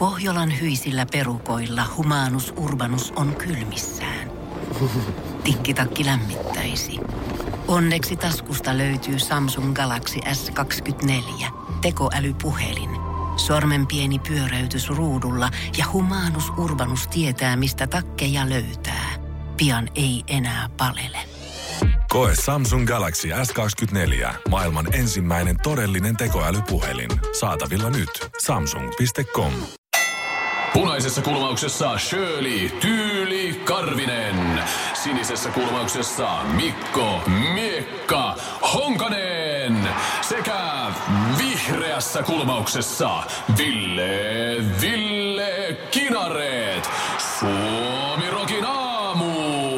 Pohjolan hyisillä perukoilla Humanus Urbanus on kylmissään. Tikkitakki lämmittäisi. Onneksi taskusta löytyy Samsung Galaxy S24. Tekoälypuhelin. Sormen pieni pyöräytys ruudulla ja Humanus Urbanus tietää, mistä takkeja löytää. Pian ei enää palele. Koe Samsung Galaxy S24. Maailman ensimmäinen todellinen tekoälypuhelin. Saatavilla nyt. Samsung.com. Punaisessa kulmauksessa Shirley Tyyli Karvinen. Sinisessä kulmauksessa Mikko Miekka Honkanen. Sekä vihreässä kulmauksessa Ville Kinareet. Suomi Rokin aamu.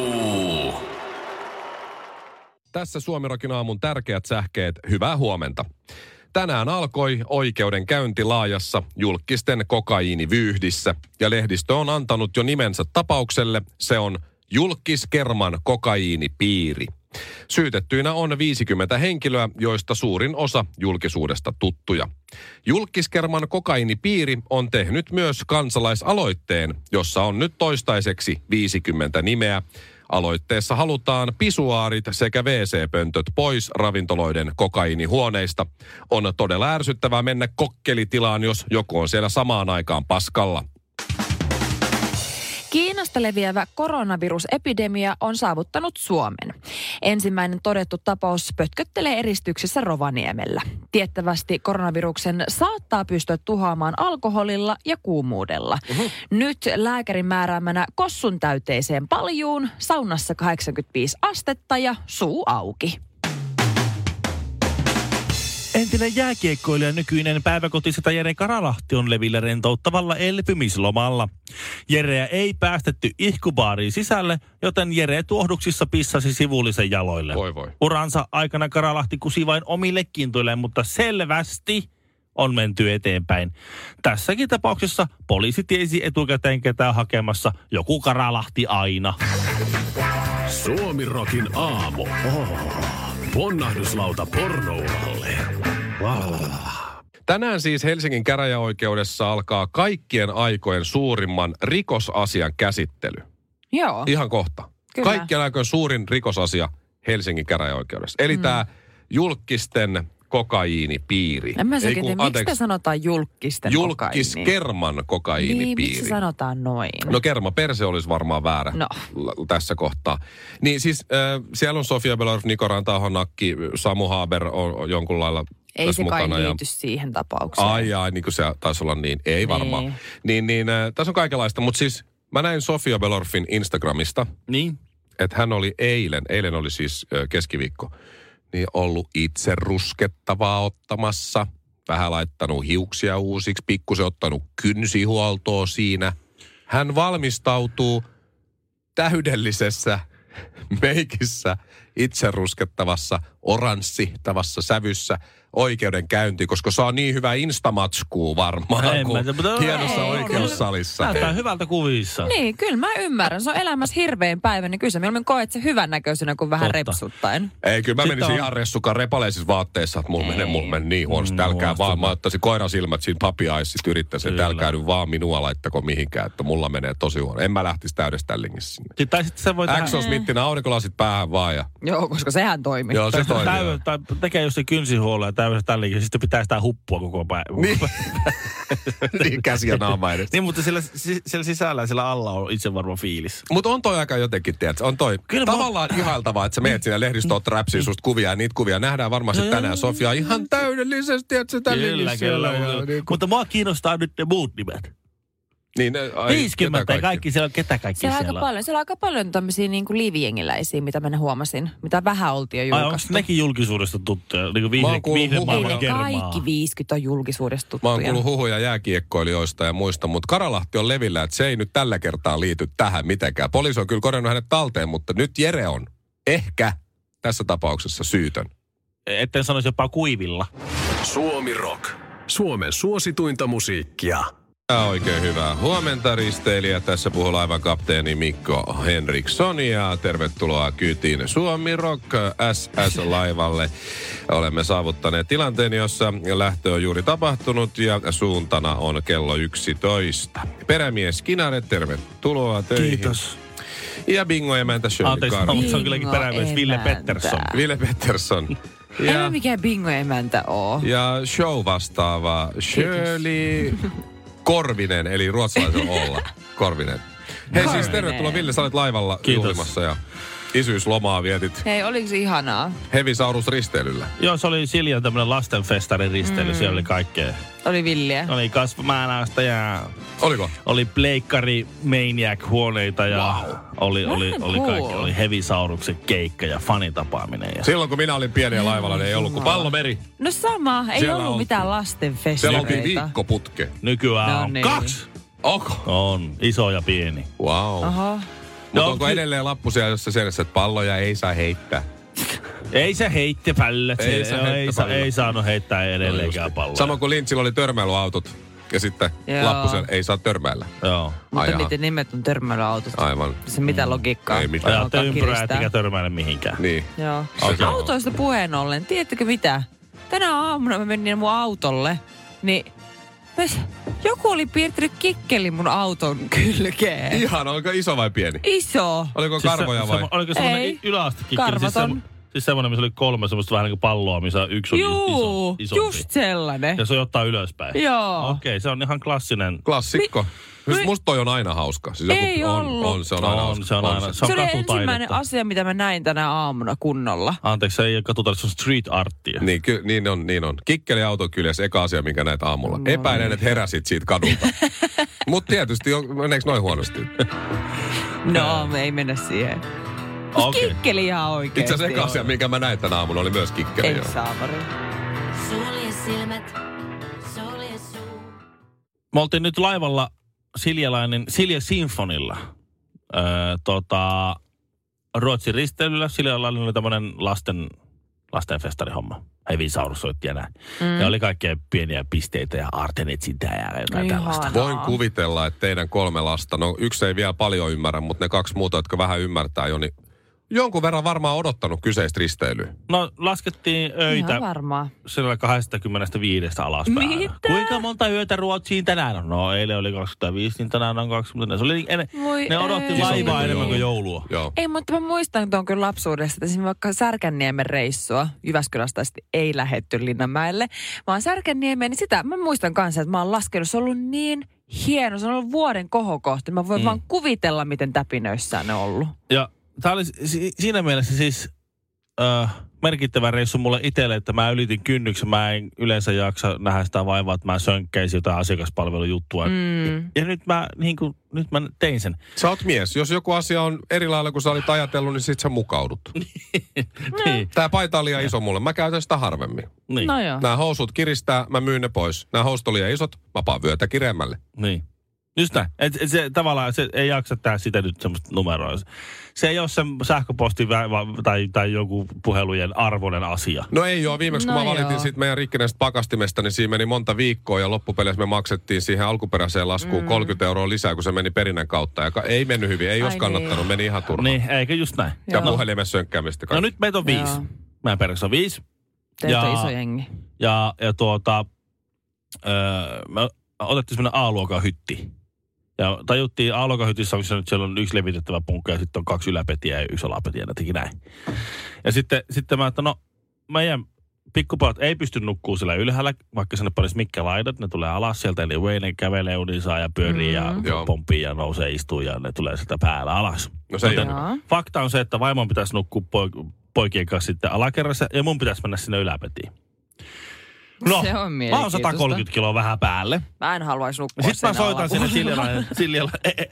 Tässä Suomi Rokin aamun tärkeät sähkeet. Hyvää huomenta. Tänään alkoi oikeudenkäynti laajassa julkisten kokaiinivyyhdissä ja lehdistö on antanut jo nimensä tapaukselle. Se on Julkkiskerman kokaiinipiiri. Syytettyinä on 50 henkilöä, joista suurin osa julkisuudesta tuttuja. Julkkiskerman kokaiinipiiri on tehnyt myös kansalaisaloitteen, jossa on nyt toistaiseksi 50 nimeä. Aloitteessa halutaan pisuaarit sekä WC-pöntöt pois ravintoloiden kokaiinihuoneista. On todella ärsyttävää mennä kokkelitilaan, jos joku on siellä samaan aikaan paskalla. Kiinasta leviävä koronavirusepidemia on saavuttanut Suomen. Ensimmäinen todettu tapaus pötköttelee eristyksissä Rovaniemellä. Tiettävästi koronaviruksen saattaa pystyä tuhoamaan alkoholilla ja kuumuudella. Nyt lääkärin määräämänä kossun täyteiseen paljuun, saunassa 85 astetta ja suu auki. Entinen jääkiekkoilija nykyinen päiväkotiseta Jere Karalahti on levillä rentouttavalla elpymislomalla. Jereä ei päästetty ihkubaariin sisälle, joten Jere tuohduksissa pissasi sivullisen jaloille. Voi. Uransa aikana Karalahti kusi vain omille kintuilleen, mutta selvästi on menty eteenpäin. Tässäkin tapauksessa poliisi tiesi etukäteen ketään hakemassa, joku Karalahti aina. Suomi Rokin aamu. Ponnahduslauta pornouralle. Tänään siis Helsingin käräjäoikeudessa alkaa kaikkien aikojen suurimman rikosasian käsittely. Joo. Ihan kohta. Kyllä. Kaikkien aikojen suurin rikosasia Helsingin käräjäoikeudessa. Eli tämä julkisten kokaiinipiiri. En mä sekin tiedä, miksi te sanotaan julkisten Julkkiskerman kokaiinipiiri. Niin, miksi sanotaan noin? No kerma perse olisi varmaan väärä tässä kohtaa. Niin siis siellä on Sofia Belorf, Niko Ranta-Ahonakki, Samu Haber on jonkun lailla ei tässä se kai mukana. liity siihen tapaukseen. Ai, niin kuin se taisi olla niin. Ei varmaan. Niin, tässä on kaikenlaista. Mutta siis mä näin Sofia Belorfin Instagramista. Niin. Että hän oli eilen oli siis keskiviikko, niin ollut itse ruskettavaa ottamassa. Vähän laittanut hiuksia uusiksi, pikkusen ottanut kynsihuoltoa siinä. Hän valmistautuu täydellisessä meikissä itse ruskettavassa, oranssitavassa sävyssä oikeudenkäyntiin, koska se on niin hyvä instamatskuu varmaan kuin hienossa oikeussalissa. Näyttää hyvältä kuvissa. Niin, kyllä mä ymmärrän. Se on elämässä hirveän päivä, niin kyllä sä mieluummin koet se hyvännäköisenä kuin vähän repsuttaen. Ei, kyllä mä menisin ihan ressukaan repaleisissa vaatteissa, että mulla menee niin huonosti. Älkää vaan, mä ottaisin koiran silmät siinä papiaissit, yrittäisin, että älkää nyt vaan minua laittako mihinkään, että mulla menee tosi huono. En mä lähtisi täydessä tällingissä sinne. Tai sitten se voi tehdä... Axel Smithin aurinkolasit päähän vaan ja... Joo, koska sehän toimii. Joo, se toimii. Tai tekee just se kynsihuolella ja täydessä tällingissä, sitten pitää sitä huppua koko päivä. Niin, käsi ja naama edes. Niin, mutta siellä sisällä ja siellä alla on itse varma fiilis. Mutta on toi aika jotenkin, tiedätkö? On toi kyllä tavallaan ihailtavaa, että sä menet siinä lehdistöön, räpsiä susta kuvia ja niitä kuvia nähdään varmasti tänään Sofia ihan täydellisesti, että se tällä Kyllä. Mutta mua kiinnostaa nyt ne muut nimet. Niin, 50 ja kaikki siellä, ketä kaikki siellä on? Siellä on aika paljon tämmöisiä niin kuin liivijengiläisiä, mitä mä huomasin. Mitä vähän oltiin jo julkaistu. Onko nekin julkisuudesta tuttuja? Niin Ei kaikki 50 on julkisuudesta tuttuja. Mä oon kuullut huhuja jääkiekkoilijoista ja muista, mutta Karalahti on levillä, että se ei nyt tällä kertaa liity tähän mitenkään. Poliisi on kyllä korjannut hänet talteen, mutta nyt Jere on ehkä tässä tapauksessa syytön. Etten sanoisi jopa kuivilla. Suomi Rock. Suomen suosituinta musiikkia. Ja oikein hyvää huomenta risteilijä. Tässä puhuu laivan kapteeni Mikko Henriksson ja tervetuloa kyytiin Suomi Rock SS-laivalle. Olemme saavuttaneet tilanteen, jossa lähtö on juuri tapahtunut ja suuntana on kello 11. Perämies Kinaret, tervetuloa töihin. Kiitos. Ja bingo-emäntä Shirley Karvi. Se on kylläkin perämies Ville Pettersson. Ville Pettersson. Ei me mikään bingo-emäntä oo. Ja show-vastaava Shirley Korvinen, eli ruotsalaisella olla. Korvinen. Hei siis tervetuloa Ville, sä olet laivalla juhlimassa ja isyyslomaa vietit. Hei, oliko se ihanaa? Hevisaurus-risteilyllä. Joo, se oli Siljan tämmönen lastenfestarin risteily. Siellä oli kaikkea. Oli villiä. Oli kasvamäänäistä ja... Oliko? Oli pleikkari Maniac-huoneita ja oli kaikkea. Oli Hevisauruksen keikka ja fanitapaaminen. Ja... Silloin kun minä olin pieniä laivalla, niin ei ollut kuin Pallomeri. No sama, ei Siellä ollut mitään lastenfestareita. Siellä oltiin viikkoputke. Nykyään on niin. 2. Onko? On, iso ja pieni. Wow. Aha. Mutta onko edelleen lappu siellä jossa seinässä, että palloja ei saa heittää? Ei se heitti pallot. Ei saanut heittää edelleenkään palloa. Sama kuin Lintsillä oli törmäilyautot. Ja sitten lappu siellä, ei saa törmäillä. Joo. Mutta niiden nimet on törmäilyautot. Aivan. Se mitä logiikkaa. Ei mitään. Ajatte ympyrää, ettekä törmäile mihinkään. Niin. Joo. Okay. Autoista puheen ollen, tiedättekö mitä? Tänä aamuna mä menin mun autolle, niin joku oli piirtänyt kikkelin mun auton kylkeen. Ihan, oliko iso vai pieni? Iso. Oliko karvoja vai? Oliko semmoinen yläastekikkeli? Karvaton. Siis semmoinen, missä oli 3 semmoista vähän niin kuin palloa, missä yksi on isompi. Just sellainen. Ja se ottaa ylöspäin. Joo. Okei, se on ihan klassinen. Klassikko. Musta toi on aina hauska. Siis ei ollut. Se on aina hauska. Se on oli ensimmäinen asia, mitä mä näin tänä aamuna kunnolla. Anteeksi, se ei katsotaan, se on street arttia. Niin on. Kikkeli-auto kyljessä eka asia, minkä näet aamulla. No, epäilen, että heräsit siitä kadulta. Mutta tietysti, meneekö noin huonosti? No, me ei mennä siihen. Okay. Kikkeli ihan oikeesti. Itse asiassa eka asia, minkä mä näin tänä aamuna, oli myös kikkeli. Ei saamari. Sulje silmät, sulje suu. Me oltiin nyt laivalla Silja Sinfonilla. Ruotsin risteilyllä. Siljalla oli tämmönen lastenfestarihomma. Hevisaurus soitti ja näin. Ja oli kaikkea pieniä pisteitä ja artenetsintää ja jotain tällaista. Voin kuvitella, että teidän 3 lasta, no yksi ei vielä paljon ymmärrä, mutta ne 2 muuta, jotka vähän ymmärtää jo, niin jonkun verran varmaan odottanut kyseistä risteilyä. No laskettiin öitä. Ihan varmaan. Siellä 25 alaspäin. Mitä? Kuinka monta yötä Ruotsiin tänään on? No eilen oli 25, niin tänään on 20. Se oli ne odotti laivaa enemmän kuin joulua. Joo. Ei, mutta mä muistan tuon kyllä lapsuudesta, että esimerkiksi vaikka Särkänniemen reissua, Jyväskylästä ei lähetty Linnanmäelle, vaan Särkänniemeen, niin sitä mä muistan kanssa, että mä oon laskenut, se on ollut niin hieno, se on ollut vuoden kohokohta. Mä voin vaan kuvitella, miten täpinöissään ne on ollut. Ja tämä oli siinä mielessä siis merkittävä reissu mulle itselle, että mä ylitin kynnyksen. Mä en yleensä jaksa nähdä sitä vaivaa, että mä sönkkäisin jotain asiakaspalvelujuttua. Ja nyt mä tein sen. Sä oot mies. Jos joku asia on eri lailla kuin sä olit ajatellut, niin sit sä mukaudut. Niin. Tää paita on liian iso mulle. Mä käytän sitä harvemmin. Niin. No joo. Nämä housut kiristää, mä myyn ne pois. Nämä housut on liian isot, mä paan vyötä kireemmälle. Niin. Just näin. Se tavallaan se ei jaksa tehdä sitä nyt semmoista numeroa. Se ei ole se sähköposti tai joku puhelujen arvoinen asia. No ei ole. Viimeksi kun mä valitin siitä meidän rikkinäisestä pakastimesta, niin siinä meni monta viikkoa ja loppupeleissä me maksettiin siihen alkuperäiseen laskuun 30 € lisää, kun se meni perinnän kautta. Ja ei mennyt hyvin, ei olisi kannattanut, meni ihan turhaan. Niin, eikö just näin. Ja puhelimessa sönkkäämistä. No nyt meitä on 5. Meidän perheessä on 5. Teitä on iso jengi. Me otettiin semmoinen A-luokan hytti. Ja tajuttiin A-luokan hytissä, onko siellä on 1 levitettävä punkka ja sitten on 2 yläpetiä ja 1 alapetiä ja teki näin. Ja sitten mä, että no meidän pikkupojat ei pysty nukkuu siellä ylhäällä, vaikka sinne panisi mitkä laidat, ne tulee alas sieltä, eli Wayne kävelee uninsaa ja pyörii ja pomppii ja nousee, istuu ja ne tulee sieltä päällä alas. No se ei ole. Fakta on se, että vaimon pitäisi nukkua poikien kanssa sitten alakerrassa ja mun pitäisi mennä sinne yläpetiin. No, se on mä oon 130 kiloa vähän päälle. Mä en haluaisi nukkua sen Sitten mä soitan sinne Siljalle,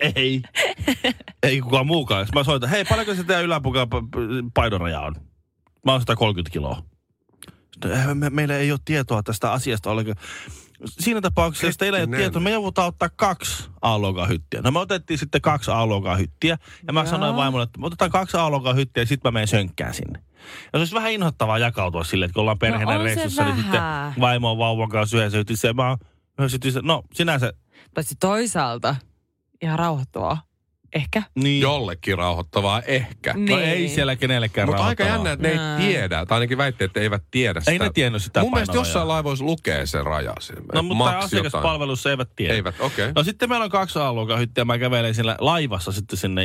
ei kukaan muukaan. Sitten mä soitan, hei, paljonko se teidän yläpukan painoraja on? Mä oon 130 kiloa. Sitten, meillä ei ole tietoa tästä asiasta ollenkaan. Siinä tapauksessa, jos teillä ei ole tietoa, me joudutaan ottaa 2 A-luokan hyttiä. No me otettiin sitten 2 A-luokan hyttiä. Ja mä sanoin vaimolle, että me otetaan 2 A-luokan hyttiä ja sitten mä menen sönkkään sinne. Ja se olisi vähän inhottavaa jakautua silleen, että kun ollaan perheenä reissussa, niin sitten vaimo on vauvan kanssa yhdessä hytissä. Ja mä oon yhdessä hytissä. No sinänsä Paitsi toisaalta ihan rauhoittavaa. Ehkä. Niin. Jollekin rauhoittavaa ehkä. No ei siellä kenellekään Mutta aika rauhoittavaa. jännä, että ne ei tiedä. Tai ainakin väitte, että eivät tiedä sitä. Ei ne tiennyt sitä Mun mielestä painoa jossain laivoissa lukee se raja. No mutta asiakaspalvelussa eivät tiedä. Eivät, okei. Okay. No sitten meillä on 2 A-luokan hyttiä. Mä kävelen siellä laivassa sitten sinne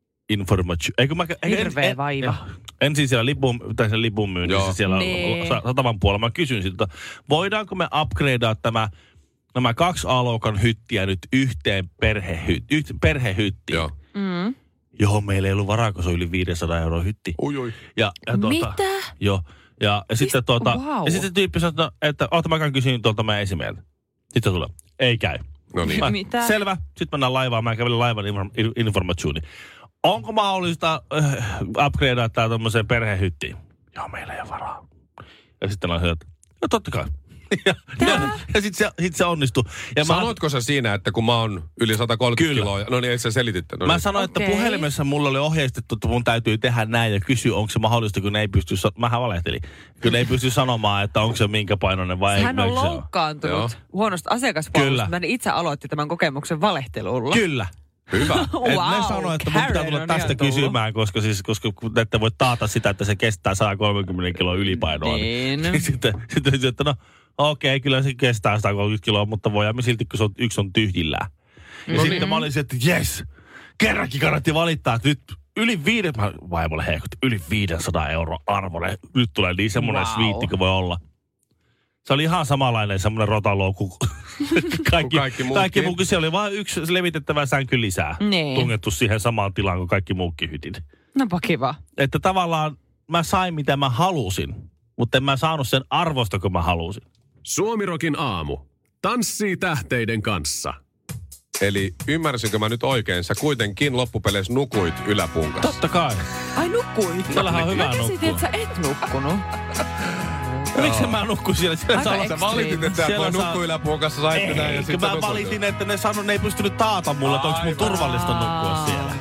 Hirveä vaiva. Ensin siellä lipun myynnissä siellä sataman puolella. Mä kysyn siltä, voidaanko me upgradea nämä 2 A-luokan hyttiä nyt yhteen perhehyttiin? Joo. Johon meillä ei ollut varaa, kun se on yli 500 € hytti. Ui. Mitä? Joo. Ja sitten wow. ja sitten se tyyppi sanoi, että mä kysyn tuolta meidän esimieheltä. Sitten tulee, ei käy. No niin. Mitä? Selvä. Sitten mennään laivaan. Mä kävelin laivan informationi. Onko mahdollista upgradea tää tommoseen perhehyttiin? Joo, meillä ei ole varaa. Ja sitten on että no totta kai. Ja sit se onnistui. Ja sanoitko sä siinä, että kun mä oon yli 130 kiloa, no niin, sä selititte. No mä niin. sanoin, että puhelimessa mulla oli ohjeistettu, että mun täytyy tehdä näin ja kysyä, onko se mahdollista, kun ne ei pysty, mähän valehtelin, kun ne ei pysty sanomaan, että onko se minkä painoinen vai ei. Hän on loukkaantunut huonosta asiakaspalvelusta. Mä itse aloitti tämän kokemuksen valehtelulla. Kyllä. Hyvä. Ne sanoi, että mun pitää tulla tästä kysymään, koska ette voi taata sitä, että se kestää 130 kiloa ylipainoa. Niin. Sitten että no okei, kyllä se kestää 130 kiloa, mutta voidaan me silti, kun yksi on tyhjillään. Ja sitten mä olin se, että jes, kerrankin kannatti valittaa, että nyt vaimolle heikutti, yli 500 € arvoinen. Nyt tulee niin semmoinen sviitti, kuin voi olla. Se oli ihan samanlainen semmoinen rotalouku. Kaikki muukin. Se oli vain yksi levitettävä sänky lisää. Niin. Tungettu siihen samaan tilaan kuin kaikki muukin hytit. Nopa kiva. Että tavallaan mä sain mitä mä halusin, mutta en mä saanut sen arvosta, kun mä halusin. Suomirokin aamu. Tanssii tähteiden kanssa. Eli ymmärsinkö mä nyt oikein, sä kuitenkin loppupeleissä nukuit yläpunkassa? Totta kai. Ai nukkuit? Tällähän on hyvä nukkua. Mä käsitin, että sä et nukkunut. Miksi mä nukkuin siellä? Aika Sä valitit, että sä voi nukkua yläpunkassa, saitte näin ja sitten mä valitin, että ne ei pystynyt taata mulle, että onko mun turvallista nukkua siellä.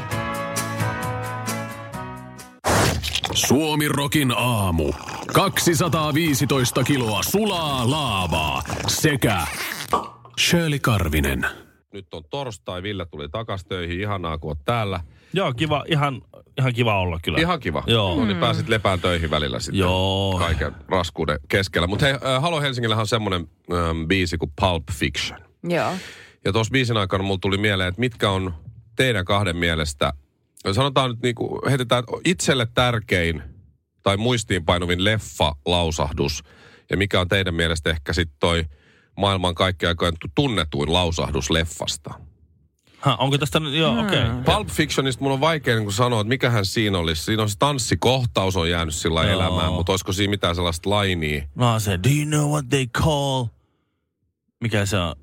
Suomirokin aamu. 215 kiloa sulaa laavaa sekä Shirley Karvinen. Nyt on torstai, Ville tuli takas töihin, ihanaa kun oot täällä. Joo, kiva, ihan kiva olla kyllä. Ihan kiva. Joo. No niin pääsit lepään töihin välillä sitten. Joo. Kaiken raskuuden keskellä. Mutta hei, Halo Helsingillähän on semmoinen biisi kuin Pulp Fiction. Joo. Ja tuossa biisin aikana mulla tuli mieleen, että mitkä on teidän kahden mielestä, sanotaan nyt niinku, heitetään itselle tärkein tai muistiinpainuvin leffa-lausahdus. Ja mikä on teidän mielestä ehkä sitten toi maailman kaikkien aikojen tunnetuin lausahdus leffasta? Onko tästä nyt? Joo, okei. Pulp Fictionista mun on vaikea niin sanoa, että mikähän siinä olisi. Siinä on se tanssikohtaus on jäänyt sillä elämään, mutta olisiko siinä mitään sellaista lainia? No se, do you know what they call? Mikä se on?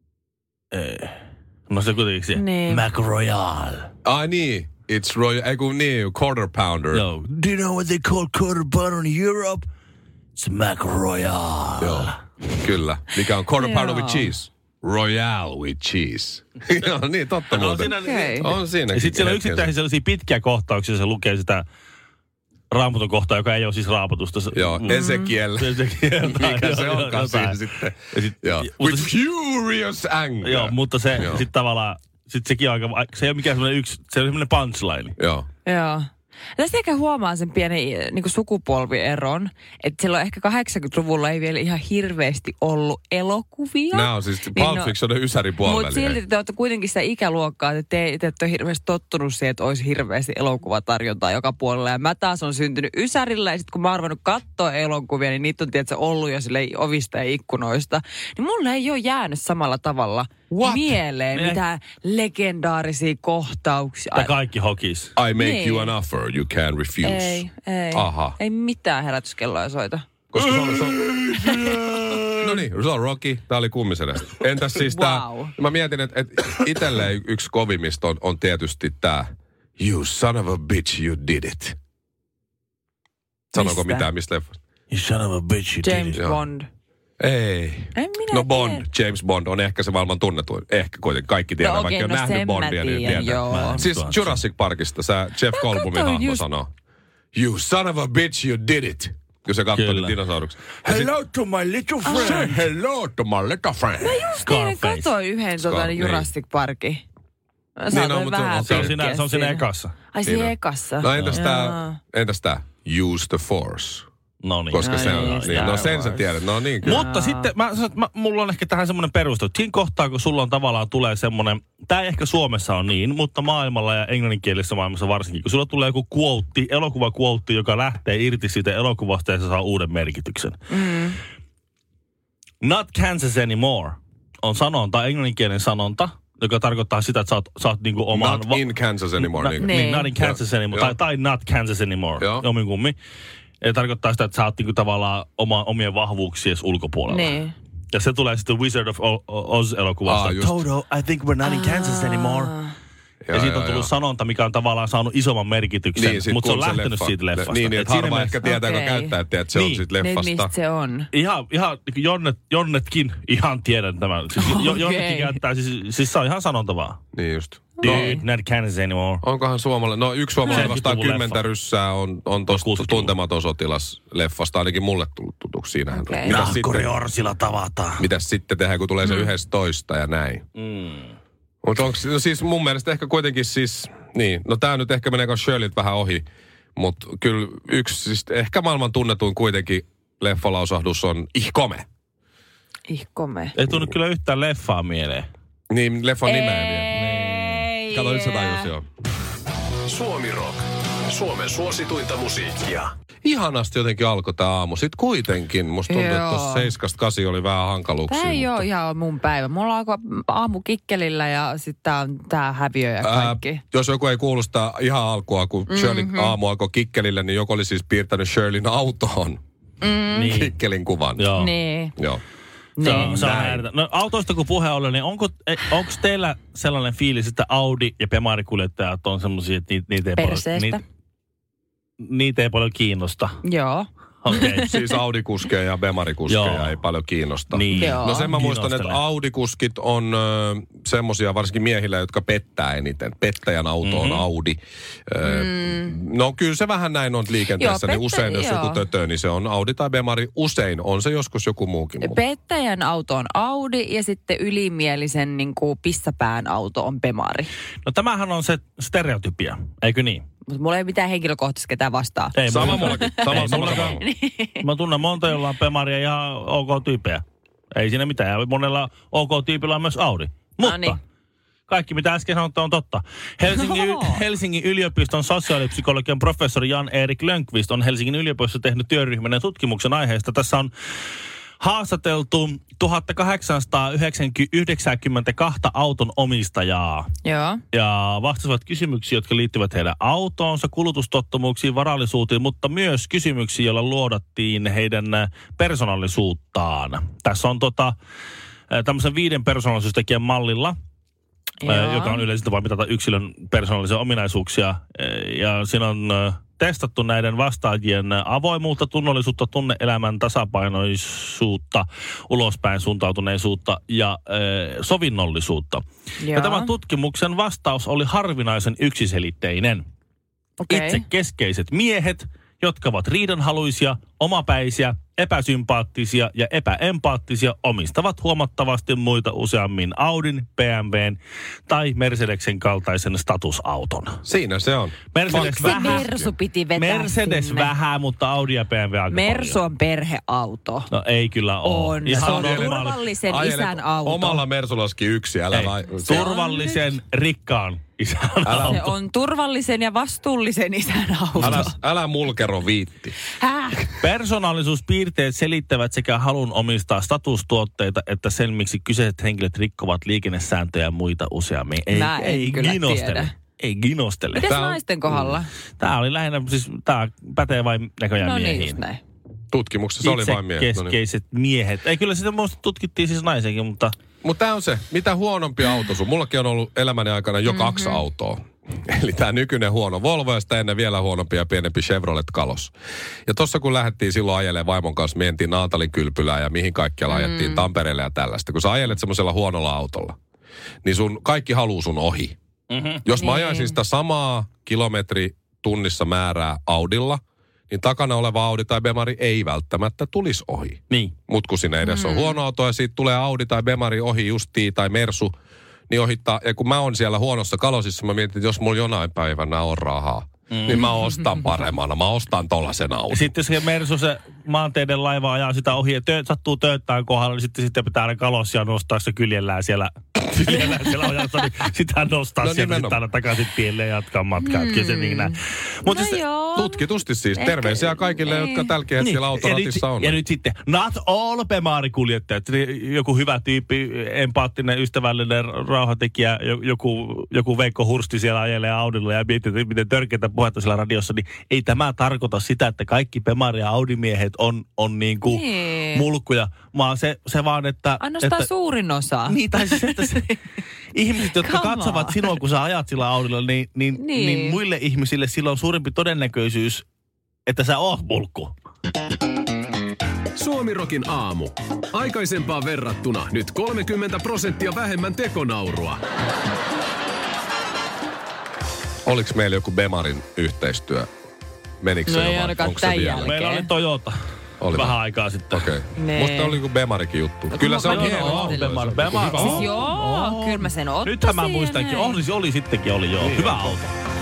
No se kuitenkin se. Niin. Mac Royale. Ai niin. It's Royal, ei kun niin, Quarter Pounder. Joo. Do you know what they call quarter pounder in Europe? It's Mac Royale. Joo, kyllä. Mikä on Quarter Pounder with cheese? Royale with cheese. Joo, niin totta muuten. On siinä. Ja sitten siellä on yksittäisiä sellaisia pitkiä kohtauksia, se lukee sitä Raamatun kohtaa, joka ei ole siis Raamatusta. Joo, Ezekiel. Mikä se onkaan siinä sitten. With furious anger. Joo, mutta se sitten tavallaan, sitten sekin on aika, se ei ole mikään semmoinen se on semmoinen punchline. Joo. Joo. Tästä ehkä huomaa sen pienen niin sukupolvieron, että silloin ehkä 80-luvulla ei vielä ihan hirveästi ollut elokuvia. Nämä on siis Pulp Fictionin ysäripuolella. Mutta silti te olette kuitenkin sitä ikäluokkaa, että te ette ole hirveästi tottunut siihen, että olisi hirveästi elokuvatarjontaa joka puolella. Ja mä taas on syntynyt ysärillä ja sitten kun mä oon arvannut katsoa elokuvia, niin niitä on tietysti ollut jo ovista ja ikkunoista. Niin mulle ei ole jäänyt samalla tavalla mieleen mitään legendaarisia kohtauksia. Tai kaikki hokis. I make you an offer, you can't refuse. Ei. Aha. Ei mitään herätyskelloa soita. Koska se on... No niin, se on Rocky. Tää oli kummisedestä. Entäs siis wow. Mä mietin, että itselleen yksi kovimmista on tietysti tää You son of a bitch, you did it. Sanoiko mitään mistä leffasta? You son of a bitch, you James did it. Bond. Ei. No Bond, James Bond on ehkä se maailman tunnetuin. Ehkä kuitenkin kaikki tiedät, vaikka on nähnyt Bondia, niin tiedät. Siis Jurassic Parkista Jeff Goldblumin hahmo sanoo. You son of a bitch, you did it. kun se katsoi niitä dinosauruksia. Hello to my little friend. Hello to my little friend. Just eilen katsoin yhden Jurassic Parkin. Saatoin vähän se on siinä ekassa. Ai siinä ekassa. No entäs tää? Use the force. No niin. Koska se on, niin, no sen sä tiedät, no niin kyllä. Mutta sitten, mulla on ehkä tähän semmoinen peruste, että siinä kohtaa, kun sulla on tavallaan tulee semmoinen, tää ei ehkä Suomessa on niin, mutta maailmalla ja englanninkielisessä maailmassa varsinkin, kun sulla tulee joku quote, elokuva-quote, joka lähtee irti siitä elokuvasta ja se saa uuden merkityksen. Not Kansas anymore on sanonta, englanninkielinen sanonta, joka tarkoittaa sitä, että sä oot niinku oman... Not in Kansas anymore. Niin, not in Kansas anymore, tai not Kansas anymore, jominkummin. Ja tarkoittaa sitä, että sä oot niinku tavallaan omien vahvuuksiesi ulkopuolella. Niin. Ja se tulee sitten Wizard of Oz-elokuvasta. Toto, I think we're not in Kansas anymore. Ja siitä on tullut sanonta, mikä on tavallaan saanut isomman merkityksen, niin, mutta se on lähtenyt siitä leffasta. Niin, että harva ehkä tietää, kun käyttää, että se on siitä leffasta. Mistä se on? Ihan Jonnetkin ihan tiedän tämän. Siis Jonnetkin käyttää, siis se on ihan sanonta vaan. Niin just. Dude, not Kansas anymore. Onkohan suomalainen? No yksi suomalainen vastaan 10 ryssää on tosta Tuntematon sotilas leffasta. Ainakin mulle tullut tutuksi siinähän. Okay. Nahkuri Orsilla tavataan. Mitäs sitten tehdään, kun tulee se 11 ja näin. Mutta onko siis mun mielestä ehkä kuitenkin siis, niin, no tää nyt ehkä menee Shirleyt vähän ohi, mutta kyllä yksi siis ehkä maailman tunnetuin kuitenkin leffalausahdus on ihkome. Ihkome. Ei tunnu kyllä yhtään leffaa mieleen. Niin, leffan nimeä vielä. Kato, nyt se tajus jo. Suomi Rock. Suomen suosituinta musiikkia. Ihanasti jotenkin alkoi tää aamu. Sitten kuitenkin, musta tuntuu, että tuossa 7-8 oli vähän hankaluuksia. Tää ei ole ihan mun päivä. Mulla alkoi aamu kikkelillä ja sitten tää häviö ja kaikki. Jos joku ei kuulosta ihan alkua, kun Shirley aamu alkoi kikkelillä, niin joku oli siis piirtänyt Shirleyn autoon kikkelin kuvan. Joo. Niin. Joo. Se on häiritä. No autoista kun puhe oli, niin onko teillä sellainen fiilis, että Audi ja Bemari-kuljettajat on semmoisia, että niitä ei paljon kiinnosta? Joo. Okay. Siis Audi-kuskeja ja Bemari-kuskeja ei paljon kiinnosta. Niin. No sen mä muistan, että Audi-kuskit on semmosia varsinkin miehillä, jotka pettää eniten. Pettäjän auto on Audi. No kyllä se vähän näin on liikenteessä. Niin usein jos joku tötö, niin se on Audi tai Bemari. Usein on se joskus joku muukin. Pettäjän auto on Audi ja sitten ylimielisen niin kuin pissäpään auto on Bemari. No tämähän on se stereotypia, eikö niin? Mutta mulla ei mitään henkilökohtaisesti ketään vastaa. Ei, sama mullakin. Sama. Mä tunnen monta, jolla on Bemaria ihan ok-tyyppejä. Ei siinä mitään. Ja monella ok-tyypillä on myös Audi. Mutta kaikki mitä äsken sanottu on totta. Helsingin yliopiston sosiaalipsykologian professori Jan-Erik Lönkvist on Helsingin yliopistossa tehnyt työryhmän tutkimuksen aiheesta. Tässä on haastateltu 1892 auton omistajaa. Joo. Ja vastasivat kysymyksiä, jotka liittyvät heidän autoonsa, kulutustottumuksiin, varallisuuteen, mutta myös kysymyksiä, joilla luodattiin heidän persoonallisuuttaan. Tässä on tämmöisen 5 persoonallisuustekijän mallilla, joka on yleisesti vain mitata yksilön persoonallisia ominaisuuksia. Ja siinä on testattu näiden vastaajien avoimuutta, tunnollisuutta, tunne-elämän tasapainoisuutta, ulospäin suuntautuneisuutta ja sovinnollisuutta. Ja tämän tutkimuksen vastaus oli harvinaisen yksiselitteinen. Okay. Itse keskeiset miehet, jotka ovat riidanhaluisia, omapäisiä, epäsympaattisia ja epäempaattisia, omistavat huomattavasti muita useammin Audin, BMWn tai Mercedesen kaltaisen statusauton. Siinä se on. Mersu piti vetää Mercedes sinne. Vähän, mutta Audi ja BMW aika Mersu on perheauto. No ei kyllä ole. On. Se on turvallisen isän auto. Omalla Mersullaski yksi, älä turvallisen, rikkaan isän auto. Se on turvallisen ja vastuullisen isän auto. Älä mulkero viitti. Persoonallisuuspiirteet selittävät sekä halun omistaa statustuotteita, että sen, miksi kyseiset henkilöt rikkovat liikennesääntöjä ja muita useammin. Ei ginostele. Ei ginostele. Mites naisten kohdalla? Tämä oli lähinnä, siis tämä pätee vain näköjään miehiin. Niin just näin. Tutkimuksessa oli vain miehet. Keskeiset miehet. Ei kyllä sitä muista tutkittiin siis naisiakin, mutta... Mutta tämä on se, mitä huonompi auto sun. Mullakin on ollut elämäni aikana jo 2 autoa. Eli tämä nykyinen huono Volvo ja sitä ennen vielä huonompi ja pienempi Chevrolet Kalos. Ja tossa kun lähdettiin silloin ajelemaan vaimon kanssa, mentiin Naantalin kylpylään ja mihin kaikkialla ajettiin Tampereelle ja tällaista. Kun sä ajelet semmoisella huonolla autolla, niin kaikki haluu sun ohi. Jos mä ajaisin sitä samaa kilometri tunnissa määrää Audilla, niin takana oleva Audi tai Bemari ei välttämättä tulisi ohi. Niin. Mut kun siinä edessä on huono auto ja siitä tulee Audi tai Bemari ohi justiin tai Mersu, niin ohittaa. Ja kun mä oon siellä huonossa kalosissa, mä mietin, että jos mulla jonain päivänä on rahaa, niin mä ostan paremmana. Mä ostan tollasen auton. Sitten jos se Mersu, se maanteiden laiva ajaa sitä ohi ja sattuu tööttään kohdalla, niin sitten pitää aina kalossia nostaa se kyljellään siellä ojassa, niin sitä nostaa sieltä sitten aina takaisin tielle ja jatkaa matkaa. Mutta tutkitusti siis. Terveisiä kaikille, jotka tälläkin hetkellä autoratissa on. Ja nyt sitten, not all Bemari-kuljettajat. Joku hyvä tyyppi, empaattinen, ystävällinen, rauhatekijä, joku Veikko Hursti siellä ajelee Audilla ja miettii, miten törkeitä puhetta siellä radiossa, niin ei tämä tarkoita sitä, että kaikki Bemari- ja Audi-miehet on niinku mulkkuja, vaan se vaan, että... Ainoastaan suurin osa. Niin, tai siis, että ihmiset, jotka katsovat sinua, kun sä ajat sillä Audilla, niin muille ihmisille sillä on suurempi todennäköisyys, että sä oot mulkku. Suomirokin aamu. Aikaisempaan verrattuna nyt 30% vähemmän tekonaurua. Oliko meillä joku Bemarin yhteistyö? Menikö se jo vai? Onko se vielä? Meillä oli Toyota. Oli vähän aikaa sitten. Okei. Musta oli joku Bemarikin juttu. Kyllä se on hieno. Bemari. Siis joo, kyllä mä sen ottaisin. Nythän mä muistankin. Oli sittenkin, joo. Hyvä auto.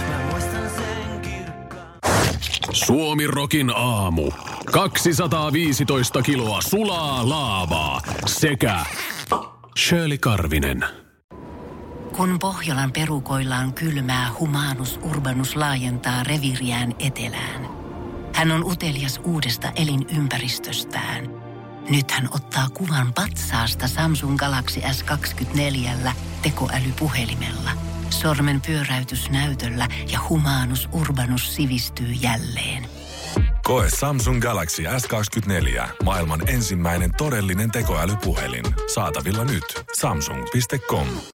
Suomirokin aamu. 215 kiloa sulaa laavaa sekä Shirley Karvinen. Kun Pohjolan perukoillaan kylmää, Humanus Urbanus laajentaa reviiriään etelään. Hän on utelias uudesta elinympäristöstään. Nyt hän ottaa kuvan patsaasta Samsung Galaxy S24 tekoälypuhelimella. Sormen pyöräytysnäytöllä ja Humanus Urbanus sivistyy jälleen. Koe Samsung Galaxy S24. Maailman ensimmäinen todellinen tekoälypuhelin. Saatavilla nyt. Samsung.com.